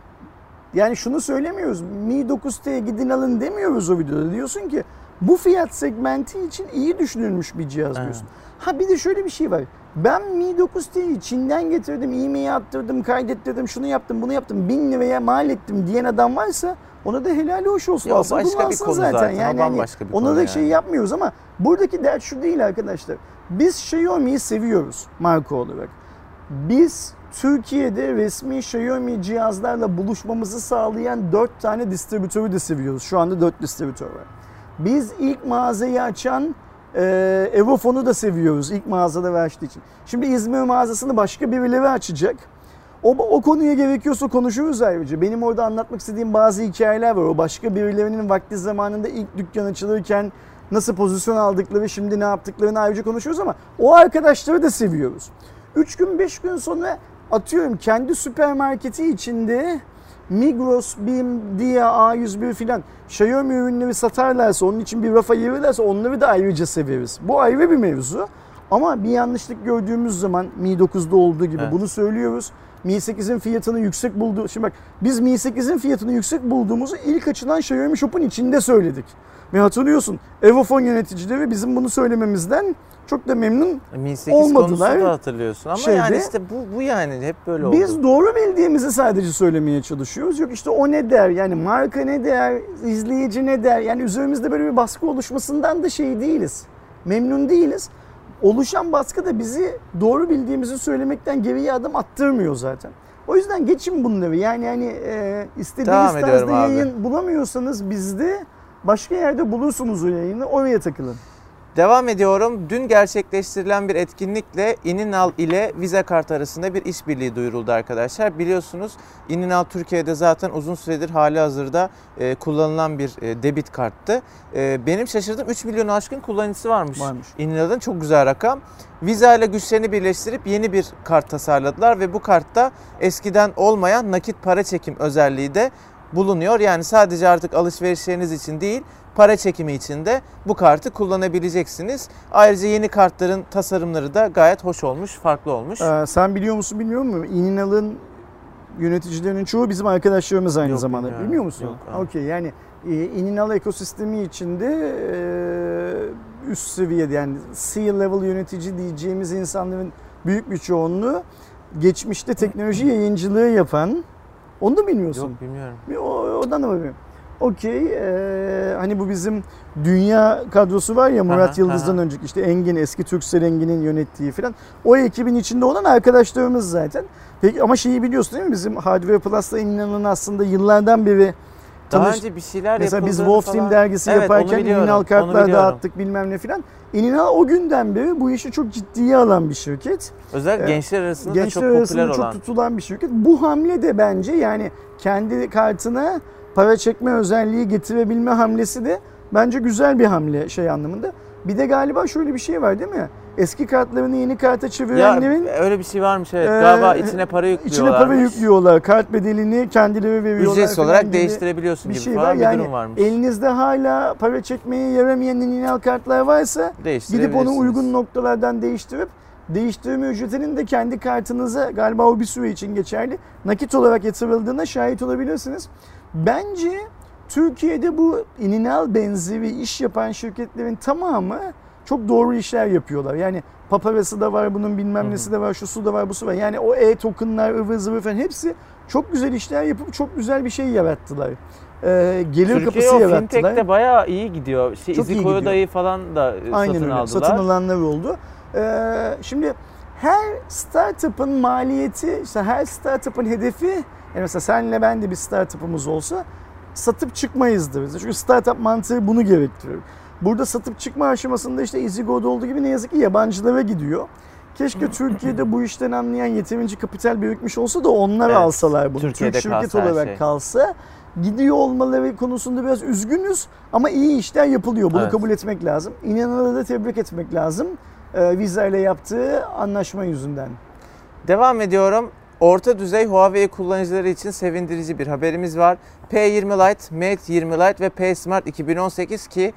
yani şunu söylemiyoruz. Mi dokuz T'ye gidin alın demiyoruz o videoda. Diyorsun ki bu fiyat segmenti için iyi düşünülmüş bir cihaz diyorsun. Evet. Ha bir de şöyle bir şey var. Ben Mi dokuz T'yi Çin'den getirdim, e-mail attırdım, kaydettirdim, şunu yaptım, bunu yaptım, bin liraya mal ettim diyen adam varsa ona da helali hoş olsun. Ya Alsın, başka bir konu zaten. zaten. Yani, yani başka bir ona konu da yani. şey yapmıyoruz ama buradaki dert şu değil arkadaşlar. Biz Xiaomi'yi seviyoruz marka olarak. Biz Türkiye'de resmi Xiaomi cihazlarla buluşmamızı sağlayan dört tane distribütörü de seviyoruz. Şu anda dört distribütör var. Biz ilk mağazayı açan e, Evofon'u da seviyoruz ilk mağazada ve açtığı için. Şimdi İzmir mağazasını başka birileri açacak. O, o konuya gerekiyorsa konuşuruz ayrıca. Benim orada anlatmak istediğim bazı hikayeler var. O başka birilerinin vakti zamanında ilk dükkan açılırken nasıl pozisyon aldıkları, şimdi ne yaptıklarını ayrıca konuşuyoruz ama o arkadaşları da seviyoruz. üç gün beş gün sonra atıyorum kendi süpermarketi içinde Migros, BİM, Dia, A yüz bir filan Xiaomi ürünleri satarlarsa, onun için bir rafa ayırırlarsa onları da ayrıca severiz. Bu ayrı bir mevzu. Ama bir yanlışlık gördüğümüz zaman Mi dokuzda olduğu gibi evet. bunu söylüyoruz. Mi sekizin fiyatını yüksek buldu. Şimdi bak biz Mi sekizin fiyatını yüksek bulduğumuzu ilk açılan Xiaomi Shop'un içinde söyledik. Ve hatırlıyorsun Evofon yöneticileri bizim bunu söylememizden çok da memnun Mi sekiz olmadılar. Konusu da hatırlıyorsun ama Şeyde, yani işte bu, bu yani hep böyle oldu. Biz doğru bildiğimizi sadece söylemeye çalışıyoruz. Yok işte o ne der, yani marka ne der, izleyici ne der. Yani üzerimizde böyle bir baskı oluşmasından da şey değiliz. Memnun değiliz. Oluşan baskı da bizi doğru bildiğimizi söylemekten geriye adım attırmıyor zaten. O yüzden geçin bunları. Yani yani e, istediğiniz tarzda yayın abi. bulamıyorsanız bizde başka yerde bulursunuz o yayını. Oraya takılın. Devam ediyorum. Dün gerçekleştirilen bir etkinlikle İninal ile Visa Kart arasında bir işbirliği duyuruldu arkadaşlar. Biliyorsunuz İninal Türkiye'de zaten uzun süredir hali hazırda e, kullanılan bir e, debit karttı. E, benim şaşırdığım üç milyonu aşkın kullanıcısı varmış. Varmış. İninal'ın çok güzel rakam. Visa ile güçlerini birleştirip yeni bir kart tasarladılar ve bu kartta eskiden olmayan nakit para çekim özelliği de bulunuyor. Yani sadece artık alışverişleriniz için değil, para çekimi için de bu kartı kullanabileceksiniz. Ayrıca yeni kartların tasarımları da gayet hoş olmuş, farklı olmuş. Ee, sen biliyor musun bilmiyorum mu? İninal'ın yöneticilerinin çoğu bizim arkadaşlarımız aynı Yok, zamanda. bilmiyorum. Bilmiyor musun? Okey, yani e, İninal ekosistemi içinde e, üst seviyede, yani C-level yönetici diyeceğimiz insanların büyük bir çoğunluğu geçmişte teknoloji yayıncılığı yapan. Onu da bilmiyorsun. Yok, bilmiyorum. O, odan da bilmiyorum. Okey, ee, hani bu bizim dünya kadrosu var ya, Murat aha, Yıldız'dan aha. önceki işte Engin, eski Turkcell Engin'in yönettiği falan. O ekibin içinde olan arkadaşlarımız zaten. Peki ama şeyi biliyorsun değil mi? Bizim Hardware Plus'la İninal'ın aslında yıllardan beri daha tanış... önce bir şeyler mesela biz yapıldığını Wolf Team falan... dergisi evet, yaparken İninal kartlar dağıttık bilmem ne falan. İninal o günden beri bu işi çok ciddiye alan bir şirket. Özellikle ee, gençler arasında gençler da çok arasında popüler çok olan. çok tutulan bir şirket. Bu hamle de bence yani kendi kartına para çekme özelliği getirebilme hamlesi de bence güzel bir hamle şey anlamında. Bir de galiba şöyle bir şey var değil mi? Eski kartlarını yeni karta çevirenlerin... Ya öyle bir şey varmış evet. E, galiba içine para yüklüyorlar. İçine para yüklüyorlar. Kart bedelini kendileri veriyorlar. Ücretsiz olarak değiştirebiliyorsun gibi, gibi falan var. bir yani durum varmış. Elinizde hala para çekmeye yaramayan İninal kartlar varsa gidip onu uygun noktalardan değiştirip değiştirme ücretinin de kendi kartınıza, galiba o bir süre için geçerli, nakit olarak yatırıldığına şahit olabilirsiniz. Bence Türkiye'de bu İninal benzeri iş yapan şirketlerin tamamı çok doğru işler yapıyorlar. Yani paparası da var, bunun bilmem nesi de var, şusu da var, busu var. Yani o e-tokenlar, ıvır zıvır falan hepsi çok güzel işler yapıp çok güzel bir şey yarattılar. Ee, gelir Türkiye kapısı o yarattılar. fintech'te bayağı iyi gidiyor. Şey, çok iyi Iziko'yu gidiyor. dayı falan da aynen satın öyle. aldılar. Satın alanlar oldu. Ee, şimdi her startup'ın maliyeti, işte her startup'ın hedefi, yani mesela senle ben de bir startup'ımız olsa satıp çıkmayızdır. Çünkü startup mantığı bunu gerektiriyor. Burada satıp çıkma aşamasında işte Izigo'da olduğu gibi ne yazık ki yabancılara gidiyor. Keşke Türkiye'de bu işten anlayan yeterince kapital birikmiş olsa da onlar evet, alsalar bunu. Türkiye'de Türk şirket olarak şey. kalsa. Gidiyor olmaları konusunda biraz üzgünüz ama iyi işler yapılıyor. Bunu evet. kabul etmek lazım. İnanılmaz da tebrik etmek lazım. Ee, Visa ile yaptığı anlaşma yüzünden. Devam ediyorum. Orta düzey Huawei kullanıcıları için sevindirici bir haberimiz var. P yirmi Lite, Mate yirmi Lite ve P Smart iki bin on sekiz ki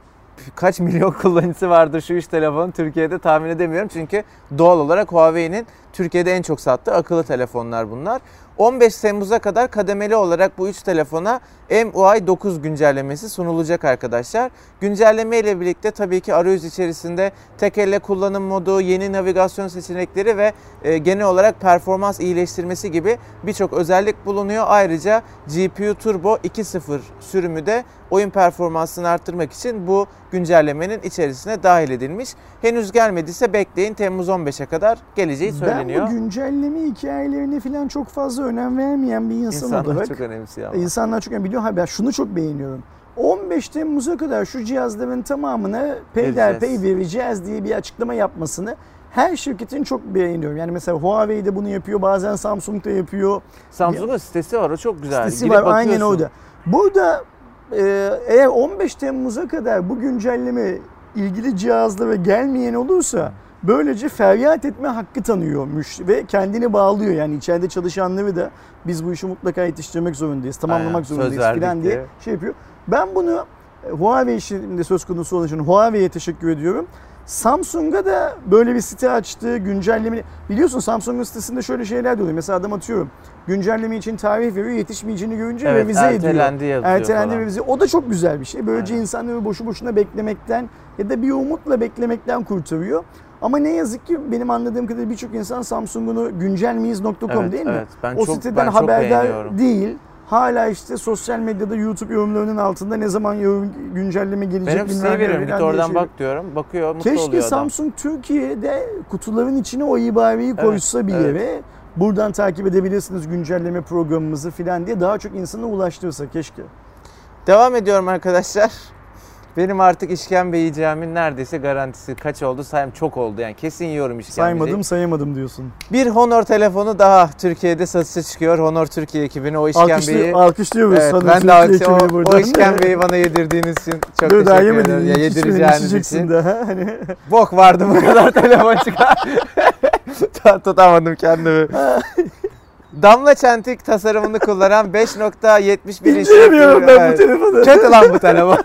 kaç milyon kullanıcısı vardır şu üç telefonun Türkiye'de tahmin edemiyorum. Çünkü doğal olarak Huawei'nin Türkiye'de en çok sattığı akıllı telefonlar bunlar. on beş Temmuz'a kadar kademeli olarak bu üç telefona M U I dokuz güncellemesi sunulacak arkadaşlar. Güncelleme ile birlikte tabii ki arayüz içerisinde tek elle kullanım modu, yeni navigasyon seçenekleri ve e, genel olarak performans iyileştirmesi gibi birçok özellik bulunuyor. Ayrıca G P U Turbo iki nokta sıfır sürümü de oyun performansını arttırmak için bu güncellemenin içerisine dahil edilmiş. Henüz gelmediyse bekleyin, Temmuz on beşe kadar geleceği söyleniyor. Ben bu güncelleme hikayelerine falan çok fazla önem vermeyen bir insan İnsanlar olarak. çok önemsiyor ama. İnsanlar çok önemli. Biliyorum, ben şunu çok beğeniyorum. on beş Temmuz'a kadar şu cihazların tamamına peyderpey vereceğiz diye bir açıklama yapmasını her şirketin çok beğeniyorum. Yani mesela Huawei de bunu yapıyor, bazen Samsung da yapıyor. Samsung'un sitesi var, o çok güzel. Sitesi Gidip var, bakıyorsun. aynen orada. Burada e, eğer on beş Temmuz'a kadar bu güncelleme ilgili cihazlara gelmeyen olursa Böylece feryat etme hakkı tanıyormuş ve kendini bağlıyor. Yani içeride çalışanları da biz bu işi mutlaka yetiştirmek zorundayız, tamamlamak Aynen, zorundayız falan diye diye. şey yapıyor. Ben bunu Huawei işinde söz konusu olan için Huawei'ye teşekkür ediyorum. Samsung'a da böyle bir site açtı, güncelleme. Biliyorsun Samsung'un sitesinde şöyle şeyler diyor. Mesela adam atıyorum, güncelleme için tarih veriyor, yetişmeyeceğini görünce evet, revize ediyor. Ertelendi yazıyor Ertelendi falan. revize. O da çok güzel bir şey. Böylece Aynen. insanları boşu boşuna beklemekten ya da bir umutla beklemekten kurtarıyor. Ama ne yazık ki benim anladığım kadarıyla birçok insan Samsung'unu güncelmiyiz nokta com Evet, değil mi? evet. Ben o çok, siteden ben çok haberdar beğeniyorum. değil. Hala işte sosyal medyada YouTube yorumlarının altında ne zaman yorum, güncelleme gelecek Benim bilmem siteyi ne veriyorum. Git falan diye oradan şey- bak diyorum. Bakıyor, mutlu Keşke oluyor adam. Samsung Türkiye'de kutuların içine o ibareyi Evet, koysa bir evet. yere. Buradan takip edebilirsiniz güncelleme programımızı falan diye daha çok insana ulaştırsa keşke. Devam ediyorum arkadaşlar. Benim artık işkembe yiyeceğimin neredeyse garantisi. Kaç oldu sayayım, çok oldu yani, kesin yiyorum işkembeyi. Saymadım sayamadım diyorsun. Bir Honor telefonu daha Türkiye'de satışa çıkıyor. Honor Türkiye ekibini o işkembeyi... Alkışlıyor, alkışlıyoruz. Evet, Honor ben de Türkiye alkış, o, ekibini buradan. o işkembeyi bana yedirdiğiniz için çok Dur, daha teşekkür yemedin. ederim. Ya, İç içmedin, yedireceğiniz içeceksin için. daha. Hani... Bok vardı bu kadar telefon çıkar. Tutamadım kendimi. Damla çentik tasarımını kullanan beş nokta yetmiş bir inç. İncelemiyorum ben bu telefonu. Kötü lan bu telefon.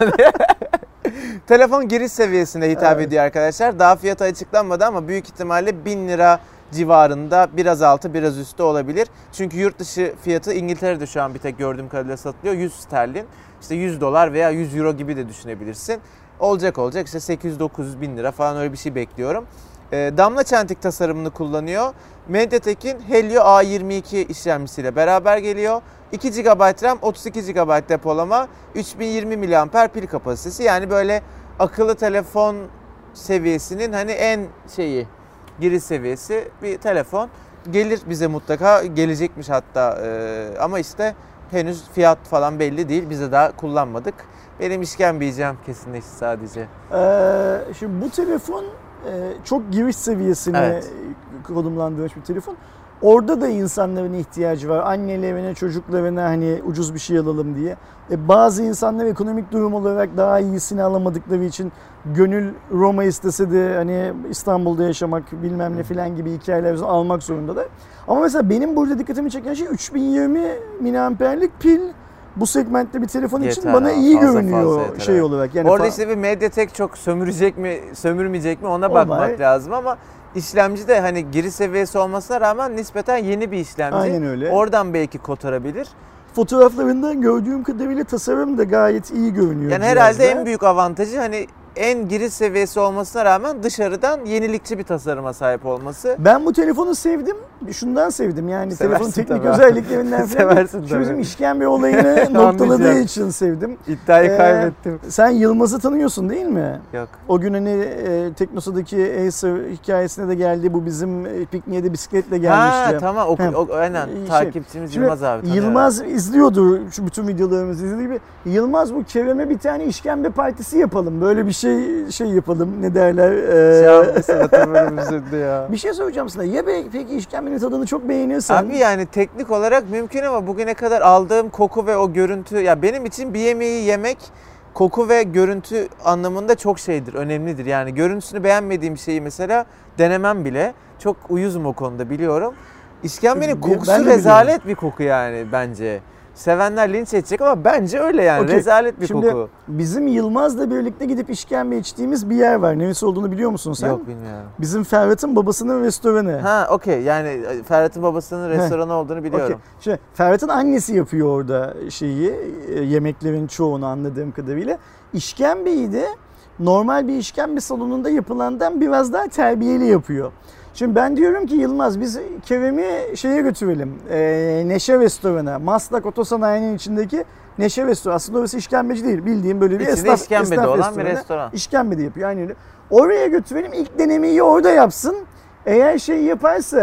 Telefon giriş seviyesinde hitap Evet. ediyor arkadaşlar. Daha fiyatı açıklanmadı ama büyük ihtimalle bin lira civarında, biraz altı biraz üstü olabilir. Çünkü yurt dışı fiyatı İngiltere'de şu an bir tek gördüğüm kadarıyla satılıyor. yüz sterlin, işte yüz dolar veya yüz euro gibi de düşünebilirsin. Olacak olacak işte sekiz yüz dokuz yüz bin lira falan, öyle bir şey bekliyorum. Ee, damla çentik tasarımını kullanıyor. MediaTek'in Helio A yirmi iki işlemcisiyle beraber geliyor. iki gigabayt RAM, otuz iki gigabayt depolama, üç bin yirmi miliamper pil kapasitesi. Yani böyle akıllı telefon seviyesinin hani en şeyi, giriş seviyesi bir telefon. Gelir bize mutlaka, gelecekmiş hatta ee, ama işte henüz fiyat falan belli değil. Biz de daha kullanmadık. Benim işkembe yiyeceğim kesinleşti sadece. Ee, şimdi bu telefon e, çok giriş seviyesine Evet. konumlandırılmış bir telefon. Orada da insanların ihtiyacı var. Annelerine, çocuklarına hani ucuz bir şey alalım diye. E, bazı insanlar ekonomik durum olarak daha iyisini alamadıkları için gönül Roma istese de hani İstanbul'da yaşamak bilmem ne filan gibi hikayeler almak zorundalar. Ama mesela benim burada dikkatimi çeken şey üç bin yirmi miliamperlik pil. Bu segmentte bir telefon için Yeter bana abi, iyi fazla görünüyor fazla yeter, şey evet. olarak. Yani Orada fa- işte bir MediaTek çok sömürecek mi, sömürmeyecek mi ona O bakmak var. lazım ama işlemci de hani giriş seviyesi olmasına rağmen nispeten yeni bir işlemci. Aynen öyle. Oradan belki kotarabilir. Fotoğraflarından gördüğüm kadarıyla tasarım da gayet iyi görünüyor. Yani cihazda. herhalde en büyük avantajı hani en giriş seviyesi olmasına rağmen dışarıdan yenilikçi bir tasarıma sahip olması. Ben bu telefonu sevdim. Şundan sevdim yani Seversin telefonun teknik tabii. özelliklerinden falan. Seversin Şu tabii. bizim işkembe olayını noktaladığı Anlayacağım. için sevdim. İddiayı Ee, kaybettim. Sen Yılmaz'ı tanıyorsun değil mi? Yok. O gün hani e, Teknosa'daki Acer hikayesine de geldi. Bu bizim e, pikniğe de bisikletle gelmişti. Ha tamam, o, Hem, o, aynen şey, takipçimiz Şimdi Yılmaz abi. tanıyorum. Yılmaz izliyordu şu bütün videolarımızı izlediği gibi. Yılmaz bu Kerem'e bir tane işkembe partisi yapalım. Böyle bir şey şey yapalım. Ne derler? Ee, Şu an bir suratım böyle üzüldü ya. bir şey söyleyeceğim sana. Ya be, peki işkembenin tadını çok beğeniyorsan. Abi yani teknik olarak mümkün ama bugüne kadar aldığım koku ve o görüntü, ya benim için bir yemeği yemek koku ve görüntü anlamında çok şeydir, önemlidir. Yani görüntüsünü beğenmediğim şeyi mesela denemem bile. Çok uyuzum o konuda, biliyorum. İşkembenin Ben kokusu de biliyorum. rezalet bir koku yani bence. Sevenler linç edecek ama bence öyle yani. Okey. Rezalet bir Şimdi koku. bizim Yılmaz'la birlikte gidip işkembe içtiğimiz bir yer var. Neresi olduğunu biliyor musun sen? Yok, bilmiyorum. Bizim Ferhat'ın babasının restoranı. Ha okey, yani Ferhat'ın babasının restoranı olduğunu biliyorum. Okey. Şimdi Ferhat'ın annesi yapıyor orada şeyi, e, yemeklerin çoğunu anladığım kadarıyla. İşkembeyi de normal bir işkembe salonunda yapılandan biraz daha terbiyeli yapıyor. Şimdi ben diyorum ki Yılmaz, biz Kerem'i şeye götürelim. E, Neşe Restoran'a. Maslak Otosanayi'nin içindeki Neşe Restoranı. Aslında orası işkembeci değil. Bildiğim böyle bir İçinde esnaf, işkembede esnaf olan bir restoranı. restoran. İşkembe de yapıyor. Aynı öyle. Oraya götürelim. İlk denemeyi orada yapsın. Eğer şey yaparsa,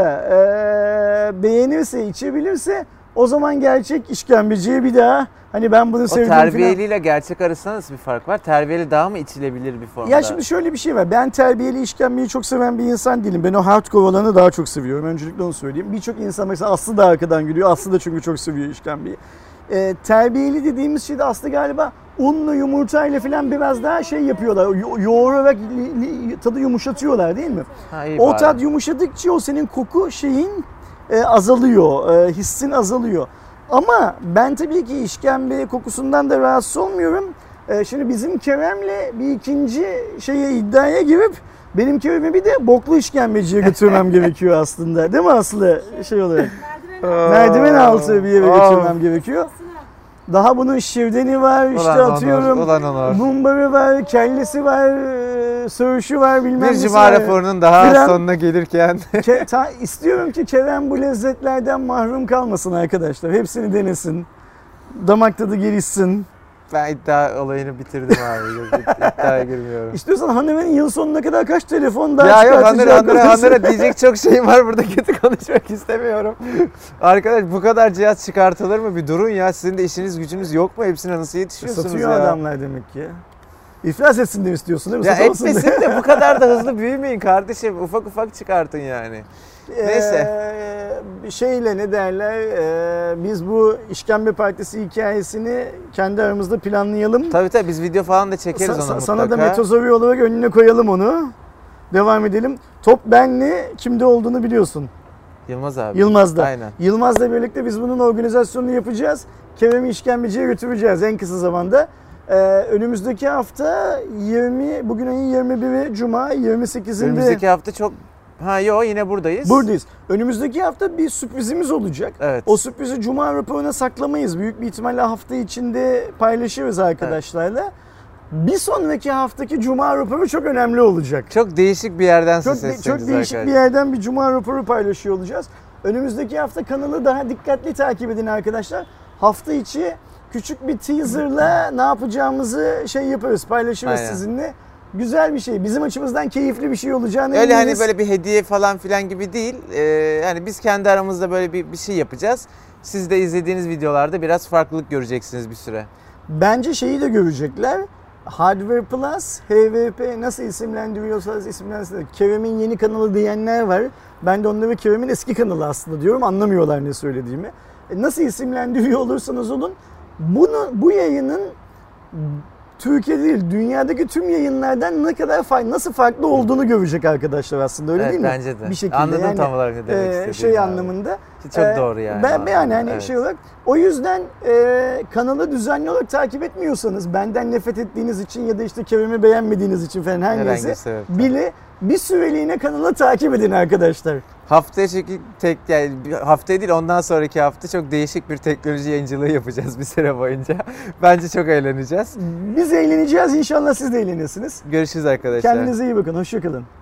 e, beğenirse, içebilirse o zaman gerçek işkembeciye bir daha hani ben bunu O sevdim falan. terbiyeliyle gerçek arasında nasıl bir fark var? Terbiyeli daha mı içilebilir bir formda? Ya şimdi şöyle bir şey var. Ben terbiyeli işkembeyi çok seven bir insan değilim. Ben o hardcore olanı daha çok seviyorum. Öncelikle onu söyleyeyim. Birçok insan mesela Aslı da arkadan gülüyor. Aslı da çünkü çok seviyor işkembeyi. E, terbiyeli dediğimiz şey de aslında galiba unla yumurtayla falan biraz daha şey yapıyorlar. Yo- yoğurarak li- li- tadı yumuşatıyorlar değil mi? Ha, iyi O bari. tat yumuşadıkça o senin koku şeyin e, azalıyor, e, hissin azalıyor. Ama ben tabii ki işkembe kokusundan da rahatsız olmuyorum. E, şimdi bizim Kerem'le bir ikinci şeye iddiaya girip benim Kerem'i bir de boklu işkembeciye götürmem gerekiyor aslında. Değil mi Aslı? Şey olarak. Aa, Merdiven altı bir yere aa. götürmem gerekiyor. Daha bunun şirdeni var, işte Ulan atıyorum, Onur, ulan Onur. mumbarı var, kellesi var, e, söğüşü var, bilmem Bir nesi cuma var. raporunun daha Filan- sonuna gelirken Ke- ta- istiyorum ki Kerem bu lezzetlerden mahrum kalmasın arkadaşlar. Hepsini denesin. Damak tadı gelişsin. ben iddia olayını bitirdim abi. İddiaya girmiyorum. İstiyorsan hanımın yıl sonuna kadar kaç telefon daha Ya yok çıkartacağı Hanır'a Hanır'a konuşsun. Hanır'a diyecek çok şeyim var, burada kötü konuşmak istemiyorum. Arkadaş bu kadar cihaz çıkartılır mı? Bir durun ya, sizin de işiniz gücünüz yok mu? Hepsine nasıl yetişiyorsunuz Satıyor ya? adamlar demek ki. İflas etsin diye istiyorsun değil mi? Ya Satamasın diye. etmesin de bu kadar da hızlı büyümeyin kardeşim. Ufak ufak çıkartın yani. Neyse. Ee, şeyle ne derler, ee, biz bu işkembe partisi hikayesini kendi aramızda planlayalım. Tabii tabii biz video falan da çekeriz Sa- ona sa- mutlaka. sana da metozori olarak önüne koyalım onu. Devam edelim. Top benli kimde olduğunu biliyorsun. Yılmaz abi. Yılmaz'da. Aynen. Yılmaz'la birlikte biz bunun organizasyonunu yapacağız. Kerem'i işkembeciye götüreceğiz en kısa zamanda. Ee, önümüzdeki hafta yirmi, bugün ayın yirmi biri Cuma, yirmi sekizinde Önümüzdeki hafta çok... Ha yo yine buradayız. buradayız. Önümüzdeki hafta bir sürprizimiz olacak. Evet. O sürprizi Cuma raporuna saklamayız. Büyük bir ihtimalle hafta içinde paylaşırız arkadaşlarla. Bir sonraki haftaki Cuma raporu çok önemli olacak. Çok değişik bir yerden Çok, siz de- sesleniyorsunuz çok değişik bir arkadaşlar. yerden bir Cuma raporu paylaşıyor olacağız. Önümüzdeki hafta kanalı daha dikkatli takip edin arkadaşlar. Hafta içi küçük bir teaserla ne yapacağımızı şey yaparız, paylaşırız Aynen. sizinle. Güzel bir şey. Bizim açımızdan keyifli bir şey olacağını Öyle hani eminiz. böyle bir hediye falan filan gibi değil. Ee, yani biz kendi aramızda böyle bir, bir şey yapacağız. Siz de izlediğiniz videolarda biraz farklılık göreceksiniz bir süre. Bence şeyi de görecekler. Hardware Plus, H V P nasıl isimlendiriyorsanız isimlensin. Kerem'in yeni kanalı diyenler var. Ben de onları Kerem'in eski kanalı aslında diyorum. Anlamıyorlar ne söylediğimi. E, nasıl isimlendiriyor olursanız olun, bunu bu yayının Türkiye değil, dünyadaki tüm yayınlardan ne kadar farklı, nasıl farklı olduğunu görecek arkadaşlar aslında, öyle Evet, değil mi? bence de. Bir şekilde Anladım yani, tam olarak ne demek e, istediğini şey abi. anlamında. Çok E, doğru yani. Ben, ben yani hani Evet. şey olarak, o yüzden e, kanalı düzenli olarak takip etmiyorsanız, benden nefret ettiğiniz için ya da işte Kerem'i beğenmediğiniz için falan her Herhangi neyse bir sebepten. bile bir süreliğine kanalı takip edin arkadaşlar. Haftaya çünkü tek yani bir haftaya değil ondan sonraki hafta çok değişik bir teknoloji yayıncılığı yapacağız bir süre boyunca. Bence çok eğleneceğiz. Biz eğleneceğiz, inşallah siz de eğlenirsiniz. Görüşürüz arkadaşlar. Kendinize iyi bakın, hoşça kalın.